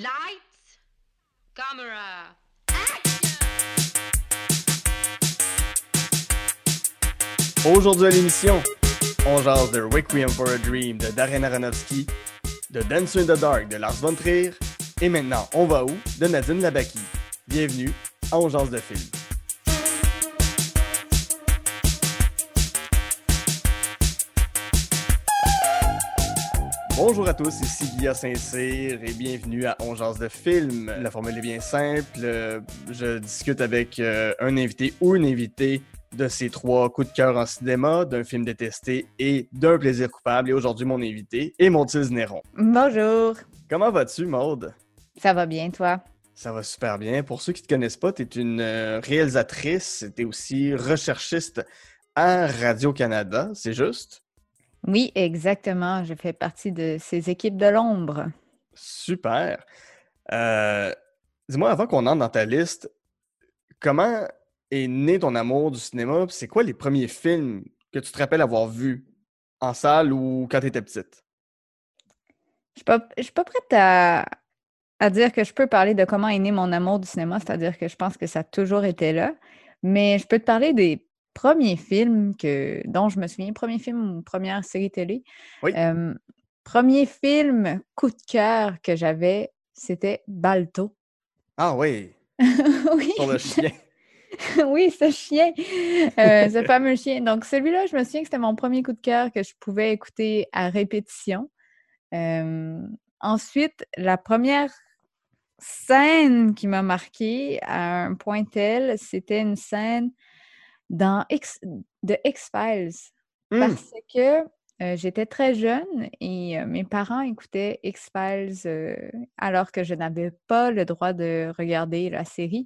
Lights, camera. Aujourd'hui à l'émission, on jase de Requiem for a Dream de Darren Aronofsky, de Dance in the Dark de Lars von Trier, et maintenant, On va où de Nadine Labaki. Bienvenue à On jase de film. Bonjour à tous, ici Guillaume Saint-Cyr et bienvenue à On jase de film. La formule est bien simple, je discute avec un invité ou une invitée de ces 3 coups de cœur en cinéma, d'un film détesté et d'un plaisir coupable. Et aujourd'hui, mon invité est Maud Néron. Bonjour. Comment vas-tu, Maude? Ça va bien, toi? Ça va super bien. Pour ceux qui ne te connaissent pas, tu es une réalisatrice, tu es aussi recherchiste à Radio-Canada, c'est juste? Oui, exactement. Je fais partie de ces équipes de l'ombre. Super. Dis-moi, avant qu'on entre dans ta liste, comment est né ton amour du cinéma? C'est quoi les premiers films que tu te rappelles avoir vus en salle ou quand tu étais petite? Je suis pas prête à dire que je peux parler de comment est né mon amour du cinéma, c'est-à-dire que je pense que ça a toujours été là. Mais je peux te parler des premiers films dont je me souviens, premier film ou première série télé. Oui. Premier film coup de cœur que j'avais, c'était Balto. Ah oui, Oui. sur le chien. Oui, ce chien, ce fameux chien. Donc, celui-là, je me souviens que c'était mon premier coup de cœur que je pouvais écouter à répétition. Ensuite, la première scène qui m'a marquée à un point tel, c'était une scène de X-Files. Parce que j'étais très jeune et mes parents écoutaient X-Files alors que je n'avais pas le droit de regarder la série.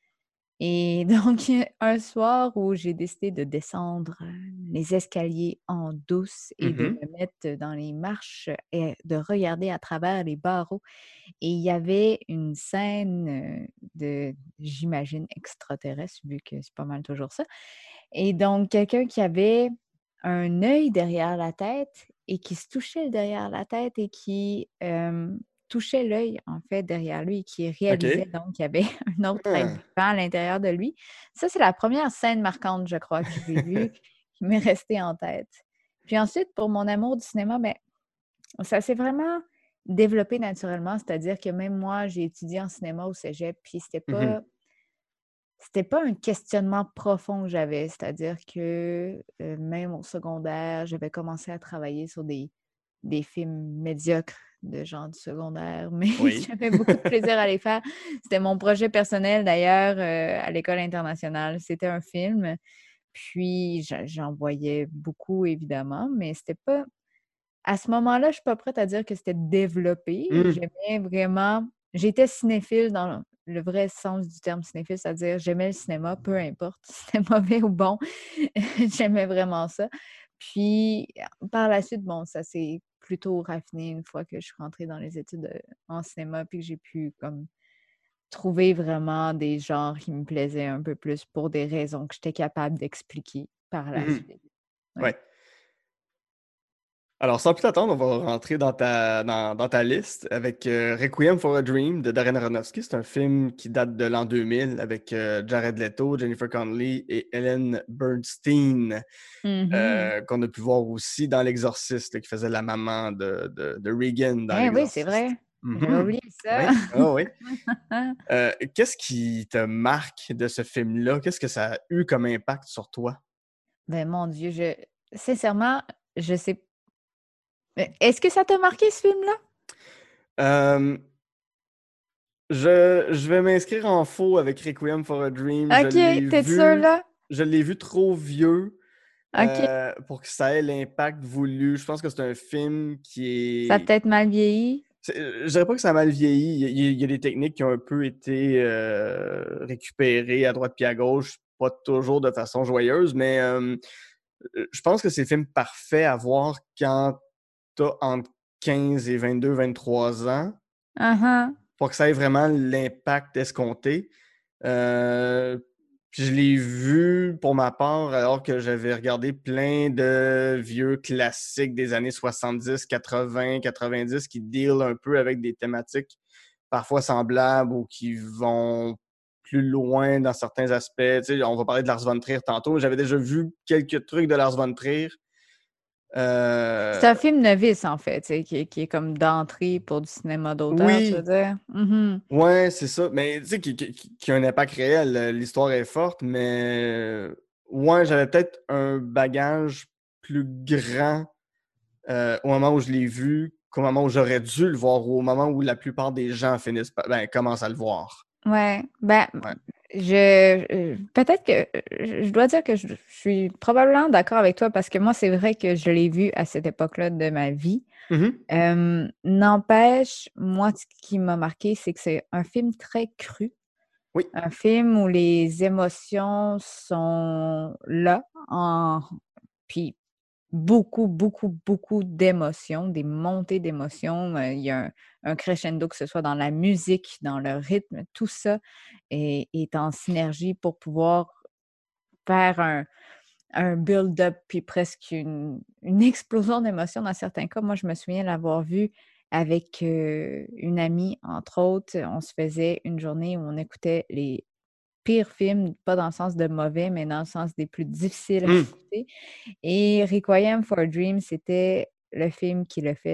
Et donc, un soir où j'ai décidé de descendre les escaliers en douce et de me mettre dans les marches et de regarder à travers les barreaux. Et il y avait une scène j'imagine, extraterrestre, vu que c'est pas mal toujours ça. Et donc, quelqu'un qui avait un œil derrière la tête et qui se touchait derrière la tête et qui touchait l'œil, en fait, derrière lui, qui réalisait OK. donc qu'il y avait un autre être Ah. vivant à l'intérieur de lui. Ça, c'est la première scène marquante, je crois, que j'ai vue, qui m'est restée en tête. Puis ensuite, pour mon amour du cinéma, ben, ça s'est vraiment développé naturellement, c'est-à-dire que même moi, j'ai étudié en cinéma au cégep, puis c'était pas un questionnement profond que j'avais, c'est-à-dire que même au secondaire, j'avais commencé à travailler sur des films médiocres de gens du secondaire, mais Oui. j'avais beaucoup de plaisir à les faire. C'était mon projet personnel d'ailleurs à l'école internationale. C'était un film, puis j'en voyais beaucoup évidemment, mais c'était pas... À ce moment-là, je suis pas prête à dire que c'était développé. J'aimais vraiment... J'étais cinéphile dans le vrai sens du terme cinéphile, c'est-à-dire j'aimais le cinéma, peu importe si c'était mauvais ou bon. J'aimais vraiment ça. Puis, par la suite, bon, ça s'est plutôt raffiné une fois que je suis rentrée dans les études en cinéma, puis que j'ai pu comme trouver vraiment des genres qui me plaisaient un peu plus pour des raisons que j'étais capable d'expliquer par la suite. Ouais. Ouais. Alors, sans plus attendre, on va rentrer dans ta liste avec Requiem for a Dream de Darren Aronofsky. C'est un film qui date de l'an 2000 avec Jared Leto, Jennifer Connelly et Ellen Bernstein, Mhm. qu'on a pu voir aussi dans L'Exorciste, là, qui faisait la maman de Regan dans Eh oui, c'est vrai. L'Exorciste. J'avais Mhm. oublié ça. Oui, ah oui. Qu'est-ce qui te marque de ce film-là? Qu'est-ce que ça a eu comme impact sur toi? Ben mon Dieu, sincèrement, je sais. Est-ce que ça t'a marqué ce film-là? Euh, je vais m'inscrire en faux avec Requiem for a Dream. OK, t'es sûr là? Je l'ai vu trop vieux OK. pour que ça ait l'impact voulu. Je pense que c'est un film Ça a qui est... peut-être mal vieilli. Je dirais pas que ça a mal vieilli. Il y a des techniques qui ont un peu été récupérées à droite puis à gauche, pas toujours de façon joyeuse, mais je pense que c'est le film parfait à voir quand t'as entre 15 et 22, 23 ans, Uh-huh. pour que ça ait vraiment l'impact escompté. Puis je l'ai vu pour ma part alors que j'avais regardé plein de vieux classiques des années 70, 80, 90 qui deal un peu avec des thématiques parfois semblables ou qui vont plus loin dans certains aspects. Tu sais, on va parler de Lars von Trier tantôt. J'avais déjà vu quelques trucs de Lars von Trier. C'est un film novice, en fait, tu sais, qui est comme d'entrée pour du cinéma d'auteur, tu veux Oui, dire? Mhm. ouais, c'est ça. Mais tu sais, qui a un impact réel. L'histoire est forte, mais ouais, j'avais peut-être un bagage plus grand au moment où je l'ai vu qu'au moment où j'aurais dû le voir ou au moment où la plupart des gens commencent à le voir. Ouais, ben, Ouais. peut-être que je dois dire que je suis probablement d'accord avec toi parce que moi, c'est vrai que je l'ai vu à cette époque-là de ma vie. Mhm. N'empêche, moi, ce qui m'a marqué, c'est que c'est un film très cru, Oui. un film où les émotions sont là, puis beaucoup, beaucoup, beaucoup d'émotions, des montées d'émotions. Il y a un crescendo, que ce soit dans la musique, dans le rythme, tout ça est en synergie pour pouvoir faire un build-up, puis presque une explosion d'émotions dans certains cas. Moi, je me souviens l'avoir vu avec une amie, entre autres. On se faisait une journée où on écoutait les pires films, pas dans le sens de mauvais, mais dans le sens des plus difficiles à Mm. écouter. Et Requiem for a Dream, c'était le film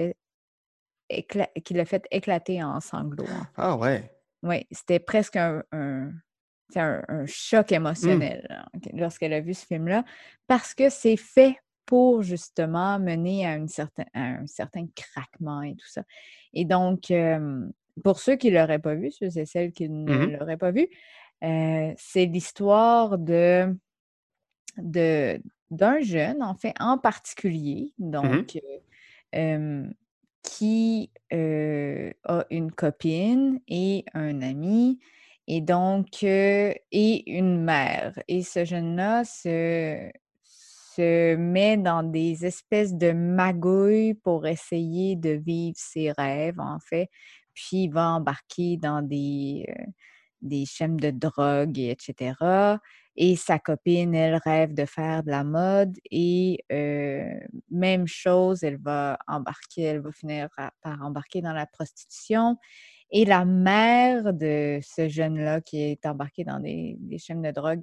qui l'a fait éclater en sanglots, en fait. Ah ouais. Oui, c'était presque un choc Mm. émotionnel là, lorsqu'elle a vu ce film-là, parce que c'est fait pour justement mener à un certain craquement et tout ça. Et donc, pour ceux qui ne l'auraient pas vu, ceux et celles qui ne Mhm. l'auraient pas vu, c'est l'histoire de d'un jeune, en fait, en particulier, Mhm. donc qui, a une copine et un ami et donc et une mère et ce jeune-là se met dans des espèces de magouilles pour essayer de vivre ses rêves, en fait, puis il va embarquer dans des schèmes de drogue et etc. Et sa copine, elle rêve de faire de la mode et même chose, elle va finir par embarquer dans la prostitution. Et la mère de ce jeune-là qui est embarqué dans des schèmes de drogue,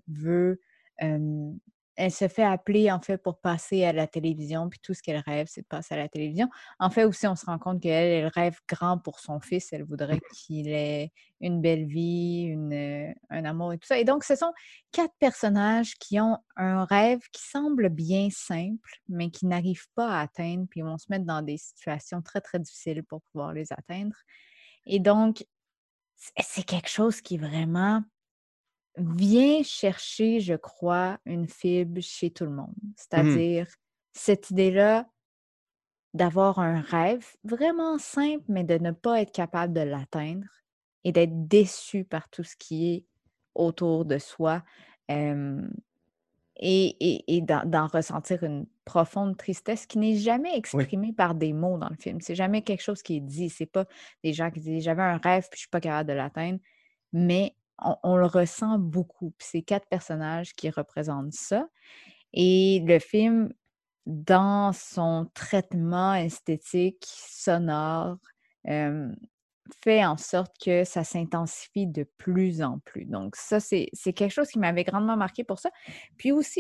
elle se fait appeler en fait pour passer à la télévision, puis tout ce qu'elle rêve, c'est de passer à la télévision. En fait aussi, on se rend compte qu'elle rêve grand pour son fils. Elle voudrait qu'il ait une belle vie, un amour et tout ça. Et donc, ce sont 4 personnages qui ont un rêve qui semble bien simple, mais qui n'arrivent pas à atteindre, puis vont se mettre dans des situations très, très difficiles pour pouvoir les atteindre. Et donc, c'est quelque chose qui vraiment vient chercher, je crois, une fibre chez tout le monde. Mhm. C'est-à-dire cette idée-là d'avoir un rêve vraiment simple, mais de ne pas être capable de l'atteindre et d'être déçu par tout ce qui est autour de soi, hem et d'en ressentir une profonde tristesse qui n'est jamais Oui. exprimée par des mots dans le film. C'est jamais quelque chose qui est dit. C'est pas des gens qui disent: «J'avais un rêve, puis je suis pas capable de l'atteindre», mais on le ressent beaucoup. Puis c'est 4 personnages qui représentent ça et le film, dans son traitement esthétique, sonore, hem, fait en sorte que ça s'intensifie de plus en plus. Donc ça, c'est quelque chose qui m'avait grandement marqué pour ça. Puis aussi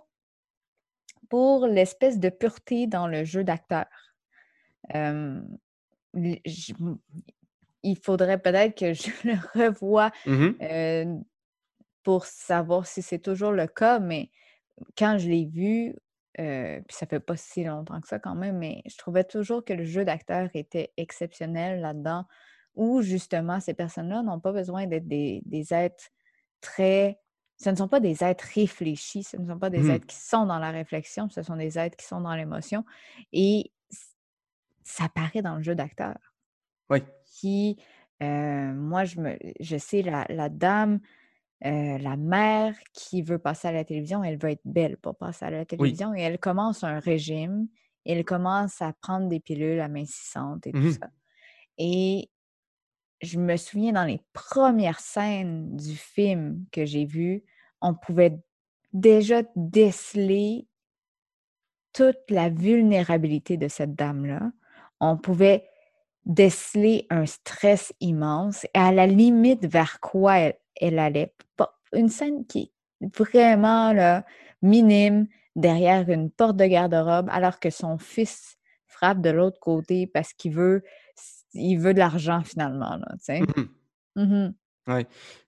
pour l'espèce de pureté dans le jeu d'acteur. Hem, l j m Il faudrait peut-être que je le revoie, Mhm. heu, pour savoir si c'est toujours le cas, mais quand je l'ai vu, puis ça fait pas si longtemps que ça quand même, mais je trouvais toujours que le jeu d'acteur était exceptionnel là-dedans, où justement ces personnes-là n'ont pas besoin d'être des êtres très ce ne sont pas des êtres réfléchis, ce ne sont pas des êtres Mhm. qui sont dans la réflexion, ce sont des êtres qui sont dans l'émotion et ça paraît dans le jeu d'acteur Oui. qui, moi je sais la dame la mère qui veut passer à la télévision, elle veut être belle pour passer à la Oui. télévision et elle commence un régime. Elle commence à prendre des pilules amincissantes et tout Mhm. ça. Et je me souviens dans les premières scènes du film que j'ai vu, on pouvait déjà déceler toute la vulnérabilité de cette dame-là. On pouvait déceler un stress immense et à la limite vers quoi elle allait. Une scène qui est vraiment là, minime derrière une porte de garde-robe alors que son fils frappe de l'autre côté parce il veut de l'argent finalement, là, tu sais. Mhm. Mhm. Ouais.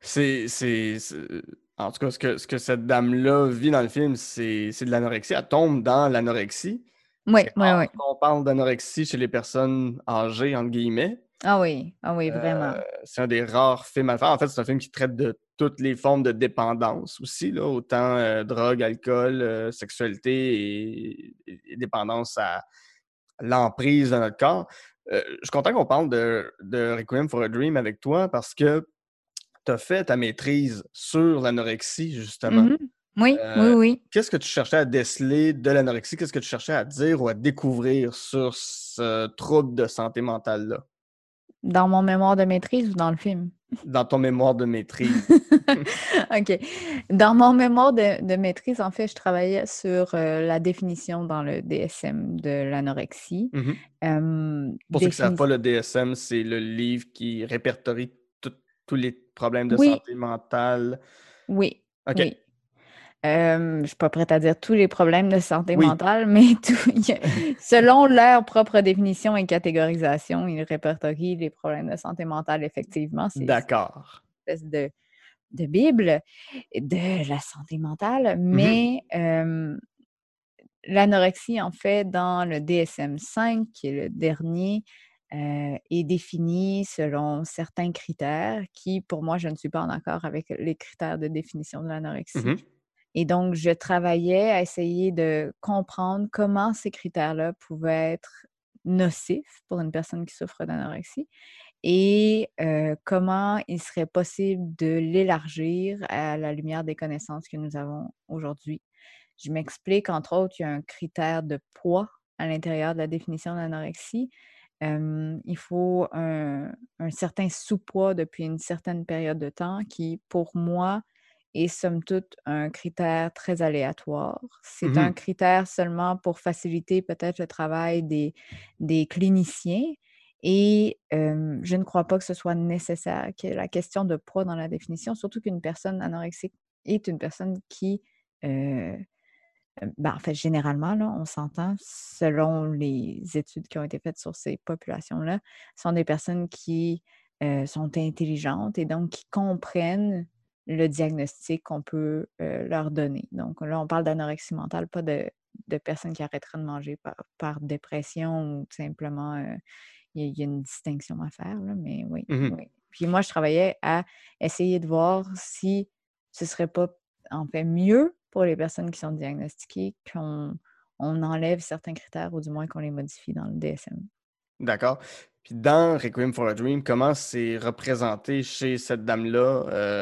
En tout cas, ce que cette dame-là vit dans le film, c'est de l'anorexie. Elle tombe dans l'anorexie. Oui, C'est oui, oui. rare qu'on parle d'anorexie chez les personnes âgées, entre guillemets. Ah oui, Euh, vraiment. c'est un des rares films à faire. En fait, c'est un film qui traite de toutes les formes de dépendance aussi, là, autant drogue, alcool, sexualité et dépendance à l'emprise de notre corps. Je suis content qu'on parle de Requiem for a Dream avec toi parce que tu as fait ta maîtrise sur l'anorexie, justement. Mhm. Oui, oui, Euh, oui. Qu'est-ce que tu cherchais à déceler de l'anorexie? Qu'est-ce que tu cherchais à dire ou à découvrir sur ce trouble de santé mentale-là, Dans mon mémoire de maîtrise ou dans le film? dans ton mémoire de maîtrise? OK. Dans mon mémoire de maîtrise, en fait, je travaillais sur la définition dans le DSM de l'anorexie. Mhm. Pour ceux qui ne savent Défini- pas, le DSM, c'est le livre qui répertorie tous les problèmes de Oui, santé mentale. oui, OK. oui. Je suis pas prête à dire tous les problèmes de santé Oui. mentale, mais selon leur propre définition et catégorisation, ils répertorient les problèmes de santé mentale, effectivement. C'est D'accord. une espèce de Bible de la santé mentale, Mhm. mais l'anorexie, en fait, dans le DSM-5, qui est le dernier, est définie selon certains critères qui, pour moi, je ne suis pas en accord avec les critères de définition de l'anorexie. Mhm. Et donc, je travaillais à essayer de comprendre comment ces critères-là pouvaient être nocifs pour une personne qui souffre d'anorexie et comment il serait possible de l'élargir à la lumière des connaissances que nous avons aujourd'hui. Je m'explique, entre autres, il y a un critère de poids à l'intérieur de la définition de l'anorexie. Il faut un certain sous-poids depuis une certaine période de temps qui, pour moi, est somme toute un critère très aléatoire. C'est un Mhm. critère seulement pour faciliter peut-être le travail des cliniciens et je ne crois pas que ce soit nécessaire qu'il y ait la question de poids dans la définition, surtout qu'une personne anorexique est une personne qui, heu en fait, généralement, là, on s'entend, selon les études qui ont été faites sur ces populations-là, sont des personnes qui, sont intelligentes et donc qui comprennent le diagnostic qu'on peut, leur donner. Donc là, on parle d'anorexie mentale, pas de personnes qui arrêteraient de manger par dépression ou tout simplement, il y a une distinction à faire là, mais oui, Mhm. oui. Puis moi, je travaillais à essayer de voir si ce serait pas, en fait, mieux pour les personnes qui sont diagnostiquées qu'on enlève certains critères ou du moins qu'on les modifie dans le DSM. D'accord. Puis dans Requiem for a Dream, comment c'est représenté chez cette dame-là,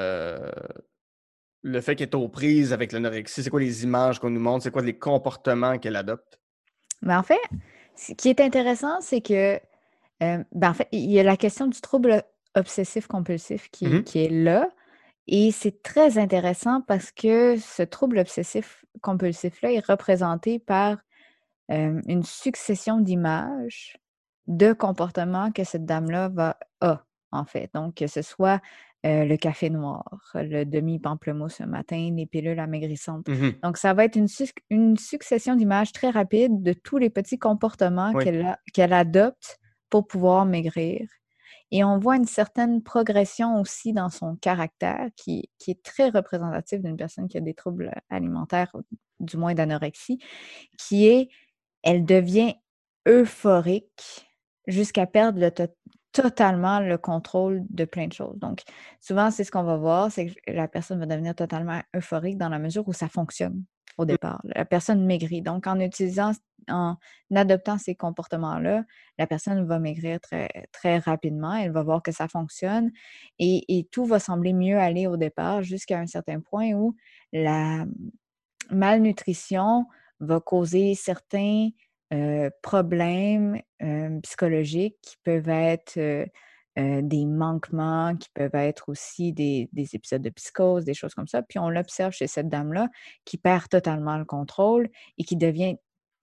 le fait qu'elle est aux prises avec l'anorexie? C'est quoi les images qu'on nous montre? C'est quoi les comportements qu'elle adopte? Mais en fait, ce qui est intéressant, c'est que, en fait, il y a la question du trouble obsessif compulsif Mhm. qui est là et c'est très intéressant parce que ce trouble obsessif compulsif-là est représenté par une succession d'images, de comportements que cette dame-là a, en fait. Donc, que ce soit, le café noir, le demi-pamplemousse le matin, les pilules amaigrissantes. Mhm. Donc, ça va être une succession d'images très rapide de tous les petits comportements Oui. qu'elle adopte pour pouvoir maigrir et on voit une certaine progression aussi dans son caractère qui est très représentatif d'une personne qui a des troubles alimentaires, ou du moins d'anorexie, qui est elle devient euphorique jusqu'à perdre totalement le contrôle de plein de choses. Donc, souvent, c'est ce qu'on va voir, c'est que la personne va devenir totalement euphorique dans la mesure où ça fonctionne au Mmh. départ. La personne maigrit. Donc, en adoptant ces comportements-là, la personne va maigrir très, très rapidement. Elle va voir que ça fonctionne et tout va sembler mieux aller au départ jusqu'à un certain point où la malnutrition va causer certains, problèmes, psychologiques qui peuvent être, des manquements, qui peuvent être aussi des épisodes de psychose, des choses comme ça. Puis on l'observe chez cette dame-là qui perd totalement le contrôle et qui devient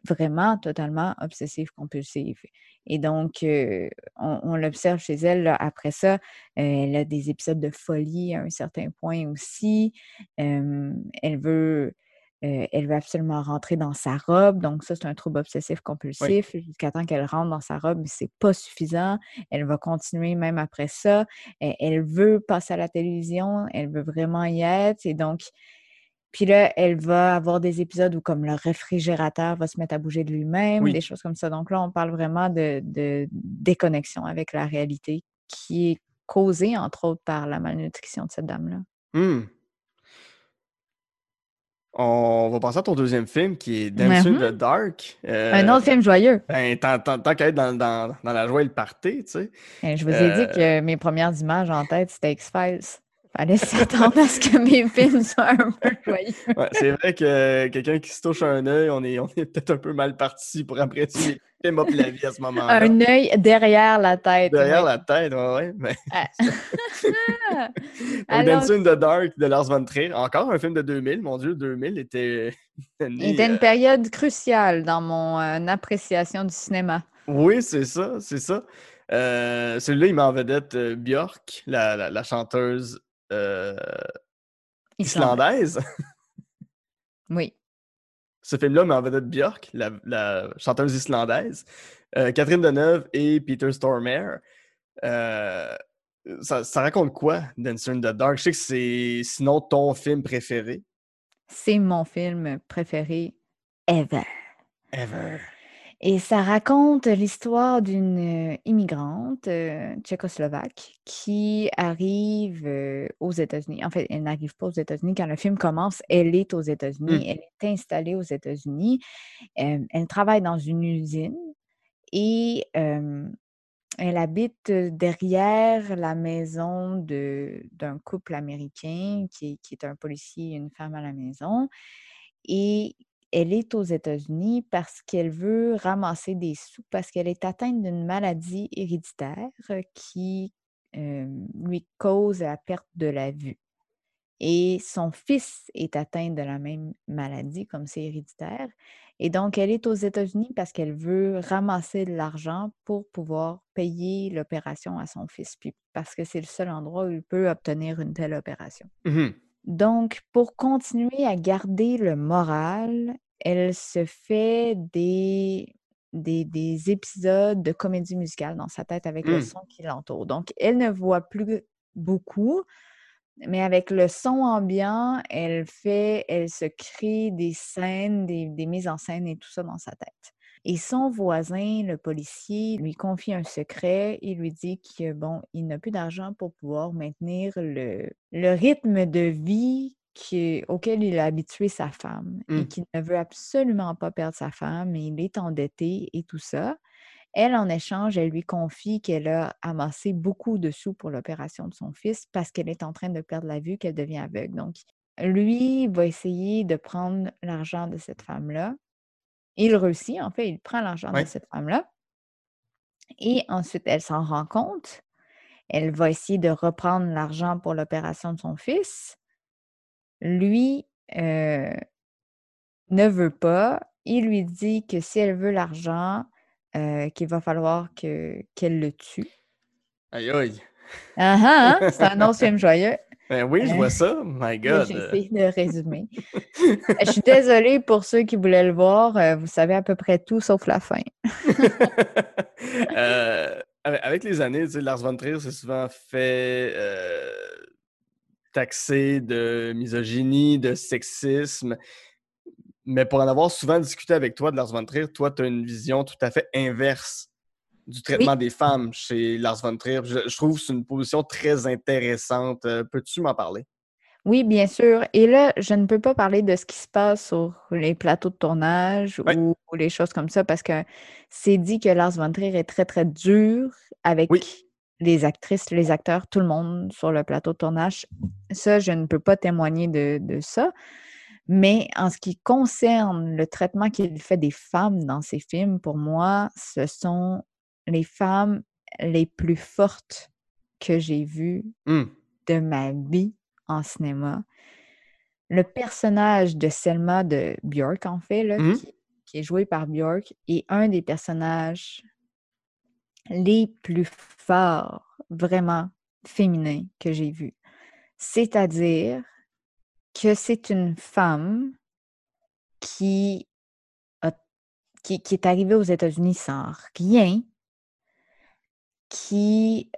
vraiment totalement obsessive-compulsive. Et donc, on l'observe chez elle, là, après ça, elle a des épisodes de folie à un certain point aussi. Elle veut absolument rentrer dans sa robe, donc ça, c'est un trouble Oui. obsessif-compulsif jusqu'à temps qu'elle rentre dans sa robe, mais c'est pas suffisant. Elle va continuer même après ça. Elle veut passer à la télévision, elle veut vraiment y être et donc puis là, elle va avoir des épisodes où comme le réfrigérateur va se mettre à bouger de lui-même, des Oui. choses comme ça. Donc là, on parle vraiment de déconnexion avec la réalité qui est causée, entre autres, par la malnutrition de cette dame-là. Hmm. On va passer à ton deuxième film qui est Dancer in Mhm. the Dark. Un autre film joyeux. Ben, tant qu'à être dans la joie et le party, tu sais. Et je vous ai dit Euh, que mes premières images en tête, c'était X-Files. Fallait s'attendre à ce que mes films soient un peu joyeux. ouais, c'est vrai que quelqu'un qui se touche un œil, on est peut-être un peu mal parti pour apprécier les films up la vie à ce moment-là. Un œil derrière la tête, Derrière oui. la tête, ouais. Mais... Ah. Donc, Alors, Dancer in the Dark de Lars von Trier. Encore un film de 2000. Mon Dieu, 2000 était une il était année. une période cruciale dans mon appréciation du cinéma. Oui, c'est ça, c'est ça. Celui-là, il met en vedette Björk, la chanteuse euh, Islandaise. islandaise. Oui. Ce film-là met en vedette Björk, la chanteuse islandaise, Catherine Deneuve et Peter Stormare. Euh, ça raconte quoi, Dancer in the Dark? Je sais que c'est sinon ton film préféré. C'est mon film préféré ever. Ever. Et ça raconte l'histoire d'une immigrante tchécoslovaque qui arrive aux États-Unis. En fait, elle n'arrive pas aux États-Unis. Quand le film commence, elle est aux États-Unis. Elle est installée aux États-Unis. Elle travaille dans une usine et elle habite derrière la maison d'un couple américain qui est un policier et une femme à la maison. Et elle est aux États-Unis parce qu'elle veut ramasser des sous, parce qu'elle est atteinte d'une maladie héréditaire qui lui cause la perte de la vue. Et son fils est atteint de la même maladie, comme c'est héréditaire. Et donc, elle est aux États-Unis parce qu'elle veut ramasser de l'argent pour pouvoir payer l'opération à son fils, puis parce que c'est le seul endroit où il peut obtenir une telle opération. Mhm. Donc, pour continuer à garder le moral, elle se fait des épisodes de comédie musicale dans sa tête avec le son qui l'entoure. Donc, elle ne voit plus beaucoup, mais avec le son ambiant, elle se crée des scènes, des mises en scène et tout ça dans sa tête. Et son voisin, le policier, lui confie un secret. Il lui dit que, bon, il n'a plus d'argent pour pouvoir maintenir le rythme de vie auquel il a habitué sa femme et qu'il ne veut absolument pas perdre sa femme et il est endetté et tout ça. Elle, en échange, elle lui confie qu'elle a amassé beaucoup de sous pour l'opération de son fils parce qu'elle est en train de perdre la vue, qu'elle devient aveugle. Donc, lui va essayer de prendre l'argent de cette femme-là. Il réussit, en fait, il prend l'argent de Ouais. cette femme-là. Et ensuite, elle s'en rend compte. Elle va essayer de reprendre l'argent pour l'opération de son fils. Lui ne veut pas. Il lui dit que si elle veut l'argent, qu'il va falloir qu'elle le tue. Aïe aïe. Ah ah, hein? C'est un autre film joyeux. Ben oui, je vois ça. My Là, j'ai God. essayé de résumer. Je suis désolée pour ceux qui voulaient le voir. Vous savez à peu près tout sauf la fin. Avec les années, tu sais, Lars von Trier s'est souvent fait taxer de misogynie, de sexisme. Mais pour en avoir souvent discuté avec toi de Lars von Trier, toi, tu as une vision tout à fait inverse du traitement Oui, des femmes chez Lars von Trier. Je trouve que c'est une position très intéressante. Peux-tu m'en parler? oui, bien sûr. Et là, je ne peux pas parler de ce qui se passe sur les plateaux de tournage Oui, ou les choses comme ça parce que c'est dit que Lars von Trier est très, très dur oui. avec les actrices, les acteurs, tout le monde sur le plateau de tournage. Ça, je ne peux pas témoigner de ça. Mais en ce qui concerne le traitement qu'il fait des femmes dans ses films, pour moi, ce sont les femmes les plus fortes que j'ai vues de ma vie en cinéma. Le personnage de Selma de Björk, en fait, là, Mhm. qui est joué par Björk, est un des personnages les plus forts, vraiment féminins que j'ai vus. C'est-à-dire que c'est une femme qui, qui est arrivée aux États-Unis sans rien, qui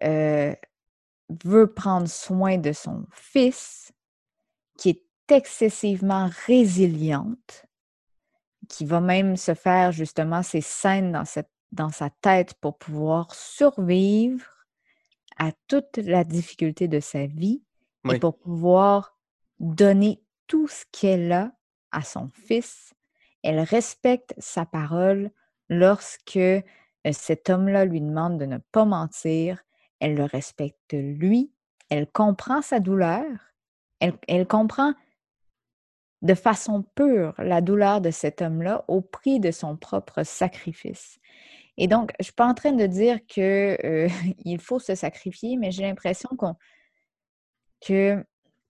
veut prendre soin de son fils, qui est excessivement résiliente, qui va même se faire justement ces scènes dans sa tête pour pouvoir survivre à toute la difficulté de sa vie et Oui. pour pouvoir donner tout ce qu'elle a à son fils. Elle respecte sa parole lorsque cet homme-là lui demande de ne pas mentir. Elle le respecte lui. Elle comprend sa douleur. Elle comprend de façon pure la douleur de cet homme-là au prix de son propre sacrifice. Et donc, je ne suis pas en train de dire qu'il faut se sacrifier, mais j'ai l'impression qu'il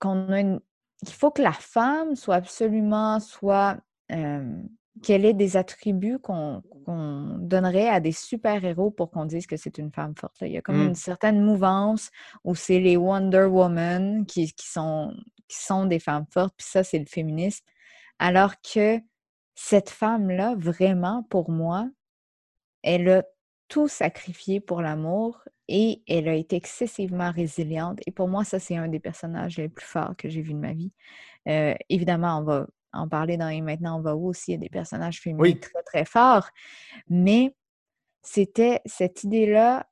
faut que la femme soit absolument, qu'elle ait des attributs qu'on donnerait à des super-héros pour qu'on dise que c'est une femme forte. Il y a comme une certaine mouvance où c'est les Wonder Woman qui sont des femmes fortes, puis ça, c'est le féminisme. Alors que cette femme-là, vraiment, pour moi, elle a tout sacrifié pour l'amour et elle a été excessivement résiliente. Et pour moi, ça, c'est un des personnages les plus forts que j'ai vus de ma vie. Évidemment, on va en parler dans « Et maintenant, on va où » aussi. Il y a des personnages féminins très, très forts. Mais c'était cette idée-là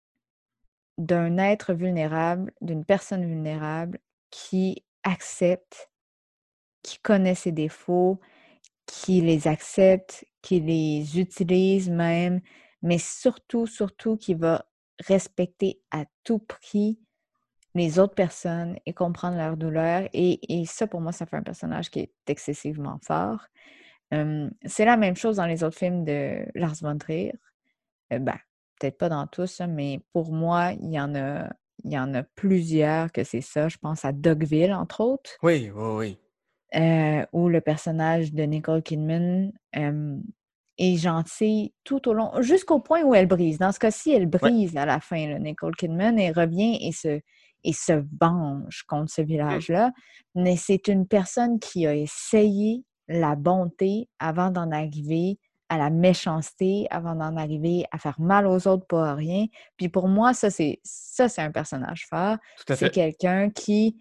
d'un être vulnérable, d'une personne vulnérable qui accepte, qui connaît ses défauts, qui les accepte, qui les utilise même, mais surtout qui va respecter à tout prix les autres personnes et comprendre leur douleur. Et ça, pour moi, ça fait un personnage qui est excessivement fort. C'est la même chose dans les autres films de Lars von Trier. Peut-être pas dans tous, mais pour moi, il y en a plusieurs que c'est ça. Je pense à Dogville, entre autres. Oui, oui, oui. Où le personnage de Nicole Kidman est gentil tout au long, jusqu'au point où elle brise. Dans ce cas-ci, elle brise à la fin, là, Nicole Kidman, et revient et se venge contre ce village-là. Mais c'est une personne qui a essayé la bonté avant d'en arriver à la méchanceté, avant d'en arriver à faire mal aux autres pour rien. Puis pour moi, ça, c'est un personnage fort. Tout à C'est fait. quelqu'un qui,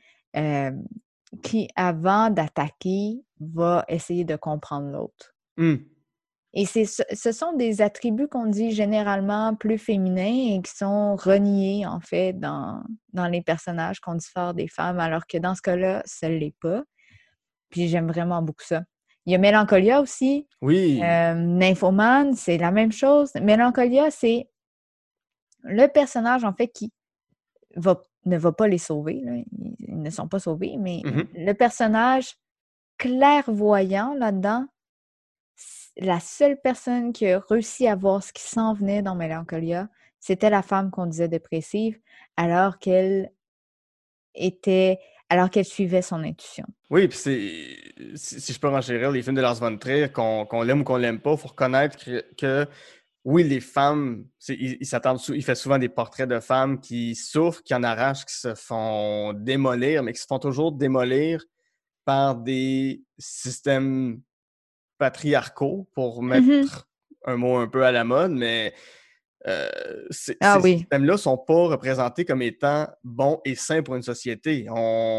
avant d'attaquer, va essayer de comprendre l'autre. Et ce sont des attributs qu'on dit généralement plus féminins et qui sont reniés, en fait, dans les personnages qu'on dit fort des femmes, alors que dans ce cas-là, ça ne l'est pas. Puis j'aime vraiment beaucoup ça. Il y a Mélancolia aussi. Oui. Nymphomane, c'est la même chose. Mélancolia, c'est le personnage, en fait, qui ne va pas les sauver. Là. Ils ne sont pas sauvés, mais le personnage clairvoyant là-dedans, la seule personne qui a réussi à voir ce qui s'en venait dans Mélancolia, c'était la femme qu'on disait dépressive, alors qu'elle suivait son intuition. Oui, puis si je peux renchérir les films de Lars von Trier, qu'on l'aime ou qu'on l'aime pas, il faut reconnaître que oui, les femmes, il fait souvent des portraits de femmes qui souffrent, qui en arrachent, qui se font démolir, mais qui se font toujours démolir par des systèmes patriarcaux, pour mettre un mot un peu à la mode, mais ces systèmes-là ne sont pas représentés comme étant bons et sains pour une société.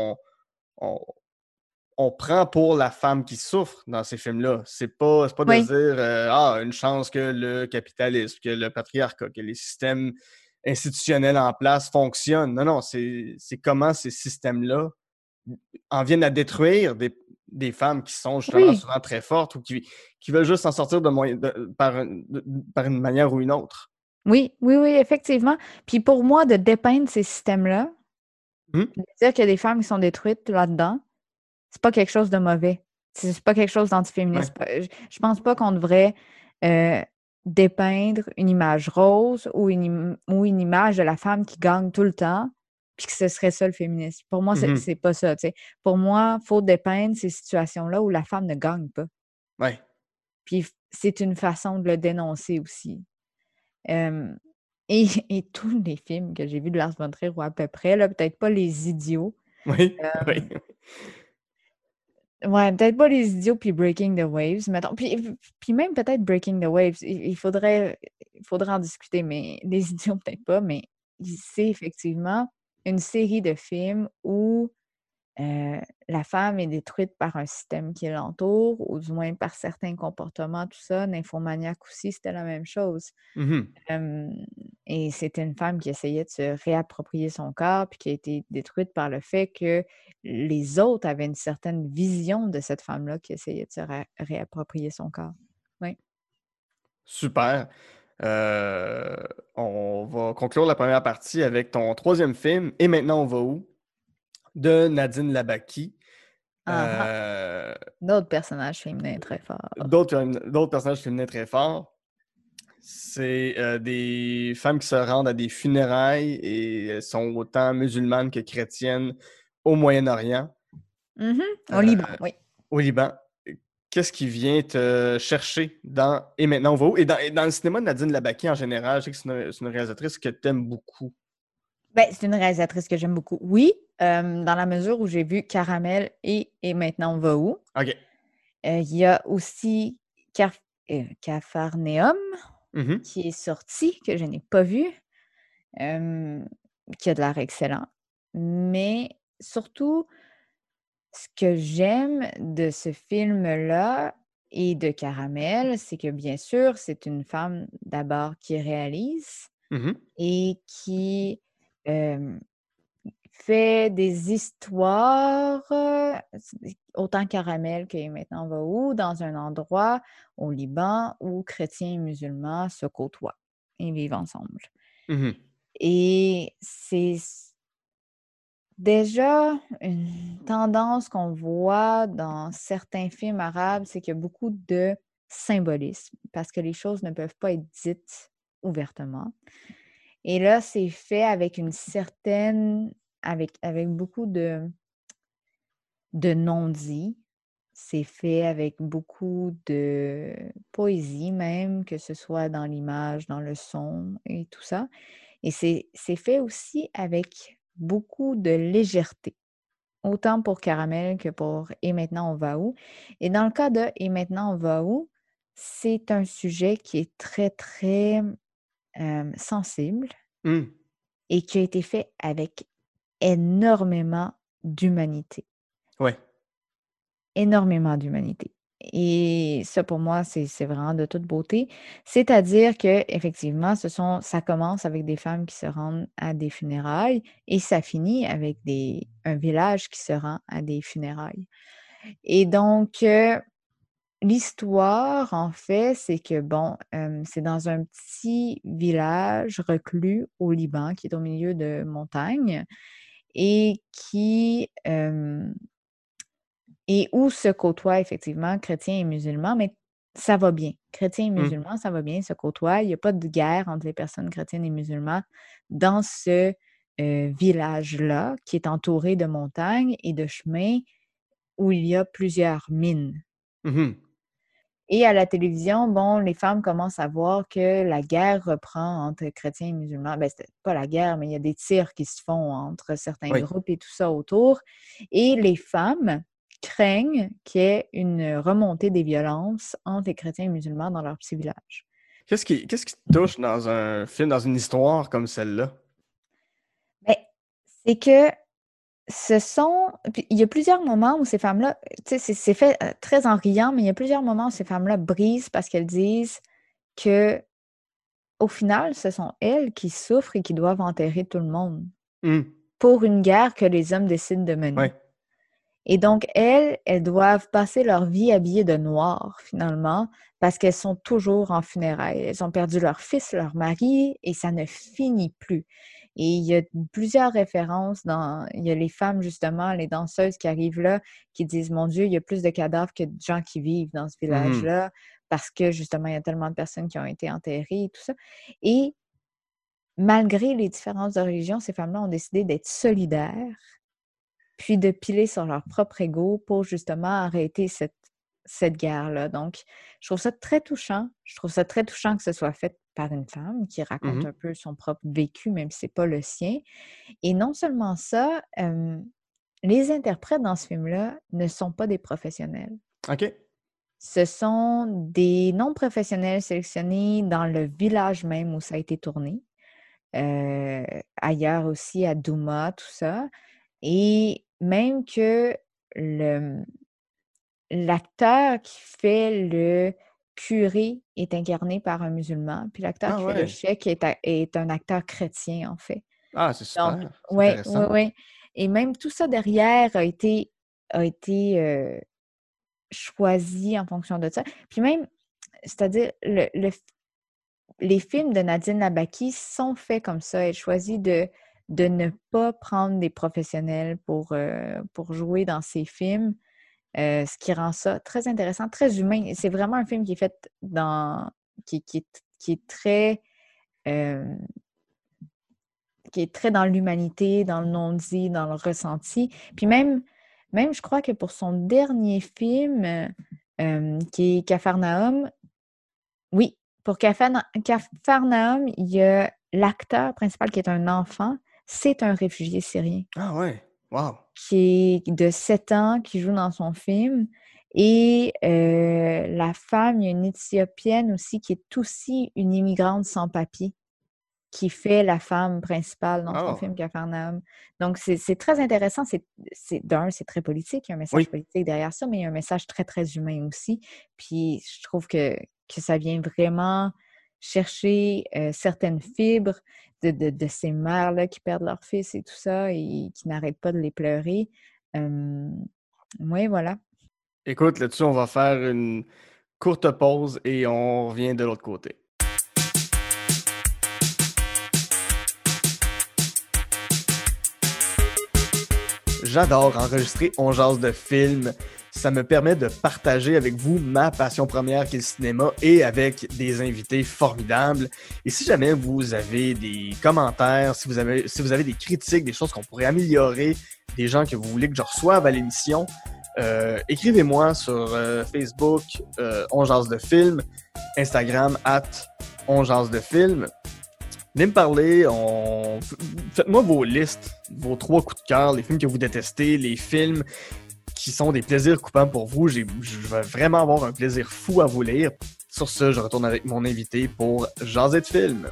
On prend pour la femme qui souffre dans ces films-là. C'est pas de dire une chance que le capitalisme, que le patriarcat, que les systèmes institutionnels en place fonctionnent. Non, c'est comment ces systèmes-là en viennent à détruire des femmes qui sont justement souvent très fortes ou qui veulent juste s'en sortir par une manière ou une autre. Oui, effectivement. Puis pour moi, de dépeindre ces systèmes-là, de dire qu'il y a des femmes qui sont détruites là-dedans, c'est pas quelque chose de mauvais. C'est pas quelque chose d'antiféministe. Je pense pas qu'on devrait dépeindre une image rose ou une image de la femme qui gagne tout le temps, puis que ce serait ça le féminisme. Pour moi, c'est pas ça. T'sais. Pour moi, il faut dépeindre ces situations-là où la femme ne gagne pas. Oui. Puis c'est une façon de le dénoncer aussi. Et tous les films que j'ai vus de Lars von Trier, ou à peu près, là, peut-être pas Les Idiots. Oui, oui. Ouais, peut-être pas Les Idiots puis Breaking the Waves, mettons. Puis même peut-être Breaking the Waves, il faudrait en discuter, mais Les Idiots, peut-être pas, mais c'est effectivement une série de films où la femme est détruite par un système qui l'entoure, ou du moins par certains comportements, tout ça. Nymphomaniac aussi, c'était la même chose. Mhm. Et c'était une femme qui essayait de se réapproprier son corps, puis qui a été détruite par le fait que les autres avaient une certaine vision de cette femme-là qui essayait de se réapproprier son corps. Oui. Super. On va conclure la première partie avec ton troisième film, Et maintenant on va où? De Nadine Labaki. D'autres personnages féminins très forts. D'autres personnages féminins très forts. C'est des femmes qui se rendent à des funérailles et elles sont autant musulmanes que chrétiennes au Moyen-Orient. Au Liban, oui. Au Liban. Qu'est-ce qui vient te chercher dans Et maintenant on va où? Et dans le cinéma de Nadine Labaki en général, je sais que c'est une réalisatrice que tu aimes beaucoup. Ben, c'est une réalisatrice que j'aime beaucoup. Oui, dans la mesure où j'ai vu Caramel et maintenant on va où? OK. Il y a aussi Capharnaüm Mhm. qui est sorti, que je n'ai pas vu, qui a de l'air excellent. Mais surtout, ce que j'aime de ce film-là et de Caramel, c'est que bien sûr, c'est une femme d'abord qui réalise Mhm. et qui fait des histoires, autant Caramel que Maintenant on va où, dans un endroit au Liban où chrétiens et musulmans se côtoient et vivent ensemble. Mhm. Et c'est déjà une tendance qu'on voit dans certains films arabes, c'est qu'il y a beaucoup de symbolisme parce que les choses ne peuvent pas être dites ouvertement. Et là, c'est fait avec une certaine avec beaucoup de non-dits. C'est fait avec beaucoup de poésie même, que ce soit dans l'image, dans le son et tout ça. Et c'est fait aussi avec beaucoup de légèreté, autant pour Caramel que pour Et maintenant on va où? Et dans le cas de Et maintenant on va où? C'est un sujet qui est très, très, sensible Mm. et qui a été fait avec énormément d'humanité. Ouais. Énormément d'humanité. Et ça, pour moi, c'est vraiment de toute beauté. C'est-à-dire qu'effectivement, ça commence avec des femmes qui se rendent à des funérailles et ça finit avec un village qui se rend à des funérailles. Et donc, l'histoire, en fait, c'est que, bon, c'est dans un petit village reclus au Liban qui est au milieu de montagnes et et où se côtoient effectivement chrétiens et musulmans, mais ça va bien. Chrétiens et Mm. musulmans, ça va bien, se côtoient. Il y a pas de guerre entre les personnes chrétiennes et musulmanes dans ce, village-là, qui est entouré de montagnes et de chemins où il y a plusieurs mines. Mhm. Et à la télévision, bon, les femmes commencent à voir que la guerre reprend entre chrétiens et musulmans. Ben, c'était pas la guerre, mais il y a des tirs qui se font entre certains Oui. groupes et tout ça autour. Et les femmes craignent qu'il y ait une remontée des violences entre les chrétiens et musulmans dans leur petit village. Qu'est-ce qui te touche dans un film, dans une histoire comme celle-là? Ben, c'est que puis il y a plusieurs moments où ces femmes-là, tu sais, c'est fait très en riant, mais il y a plusieurs moments où ces femmes-là brisent parce qu'elles disent que au final, ce sont elles qui souffrent et qui doivent enterrer tout le monde Mm. pour une guerre que les hommes décident de mener. Ouais. Et donc, elles doivent passer leur vie habillées de noir, finalement, parce qu'elles sont toujours en funérailles. Elles ont perdu leur fils, leur mari, et ça ne finit plus. Et il y a plusieurs références il y a les femmes, justement, les danseuses qui arrivent là, qui disent, mon Dieu, il y a plus de cadavres que de gens qui vivent dans ce Mhm. village-là, parce que, justement, il y a tellement de personnes qui ont été enterrées et tout ça. Et malgré les différences de religion, ces femmes-là ont décidé d'être solidaires, puis de piler sur leur propre ego pour justement arrêter cette cette guerre-là. Donc, je trouve ça très touchant. Je trouve ça très touchant que ce soit fait par une femme qui raconte un peu son propre vécu, même si c'est pas le sien. Et non seulement ça, les interprètes dans ce film-là ne sont pas des professionnels. OK. Ce sont des non-professionnels sélectionnés dans le village même où ça a été tourné. Ailleurs aussi, à Douma, tout ça. Et même que l'acteur qui fait le curé est incarné par un musulman, puis l'acteur Ah qui fait le ouais. cheikh est un acteur chrétien, en fait. Ah, c'est Donc, super. C'est oui, oui, intéressant. oui. Et même tout ça derrière a été choisi en fonction de ça. Puis même, c'est-à-dire, les films de Nadine Labaki sont faits comme ça. Elle choisit de ne pas prendre des professionnels pour jouer dans ses films, ce qui rend ça très intéressant, très humain. Et c'est vraiment un film qui est fait qui est très euh, qui est très dans l'humanité, dans le non-dit, dans le ressenti. Puis même, je crois que pour son dernier film, qui est Capharnaüm, oui, pour Capharnaüm, il y a l'acteur principal qui est un enfant, c'est un réfugié syrien Ah ouais. Wow. qui est de 7 ans, qui joue dans son film. Et la femme, il y a une Éthiopienne aussi qui est aussi une immigrante sans papier qui fait la femme principale dans son Oh. film Capharnaüm. Donc, c'est très intéressant. C'est très politique. Il y a un message Oui. politique derrière ça, mais il y a un message très, très humain aussi. Puis, je trouve que ça vient vraiment chercher certaines fibres de ces mères-là qui perdent leur fils et tout ça et qui n'arrêtent pas de les pleurer. Oui, voilà. Écoute, là-dessus, on va faire une courte pause et on revient de l'autre côté. J'adore enregistrer On jase de films. Ça me permet de partager avec vous ma passion première qui est le cinéma et avec des invités formidables. Et si jamais vous avez des commentaires, si vous avez des critiques, des choses qu'on pourrait améliorer, des gens que vous voulez que je reçoive à l'émission, écrivez-moi sur Facebook On jase de films, Instagram @On jase de films. Venez me parler, faites-moi vos listes, vos 3 coups de cœur, les films que vous détestez, les films qui sont des plaisirs coupants pour vous. Je vais vraiment avoir un plaisir fou à vous lire. Sur ce, je retourne avec mon invité pour jaser de films.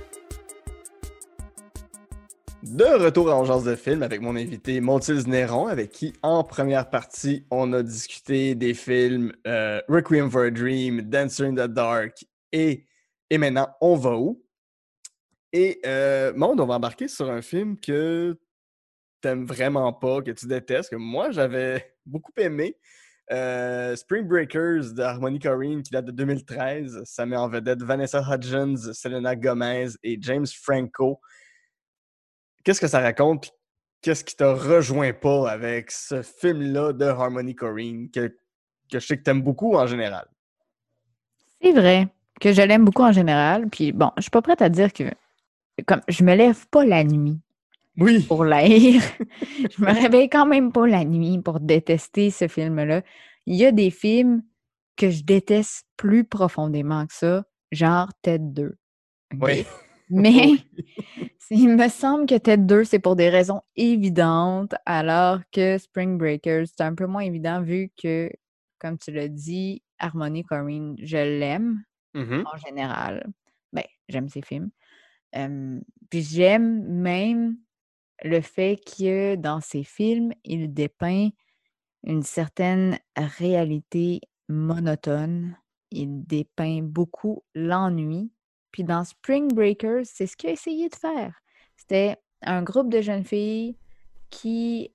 De retour en jase de film avec mon invité Mathilde Néron, avec qui, en première partie, on a discuté des films Requiem for a Dream, Dancer in the Dark et maintenant, On va où? Et Maud, on va embarquer sur un film que t'aimes vraiment pas, que tu détestes, que moi, j'avais beaucoup aimé. Spring Breakers de Harmony Korine, qui date de 2013. Ça met en vedette Vanessa Hudgens, Selena Gomez et James Franco. Qu'est-ce que ça raconte? Qu'est-ce qui te rejoint pas avec ce film-là de Harmony Korine que je sais que t'aimes beaucoup en général? C'est vrai que je l'aime beaucoup en général. Puis bon, je suis pas prête à dire que comme je me lève pas la nuit Oui! pour l'haïr. Je me réveille quand même pas la nuit pour détester ce film-là. Il y a des films que je déteste plus profondément que ça, genre Ted 2. OK? Oui. Mais Oui. il me semble que Ted 2, c'est pour des raisons évidentes, alors que Spring Breakers, c'est un peu moins évident vu que, comme tu l'as dit, Harmony Korine, je l'aime en général. Ben, j'aime ses films. Puis j'aime même le fait que dans ses films, il dépeint une certaine réalité monotone. Il dépeint beaucoup l'ennui. Puis dans Spring Breakers, c'est ce qu'il a essayé de faire. C'était un groupe de jeunes filles qui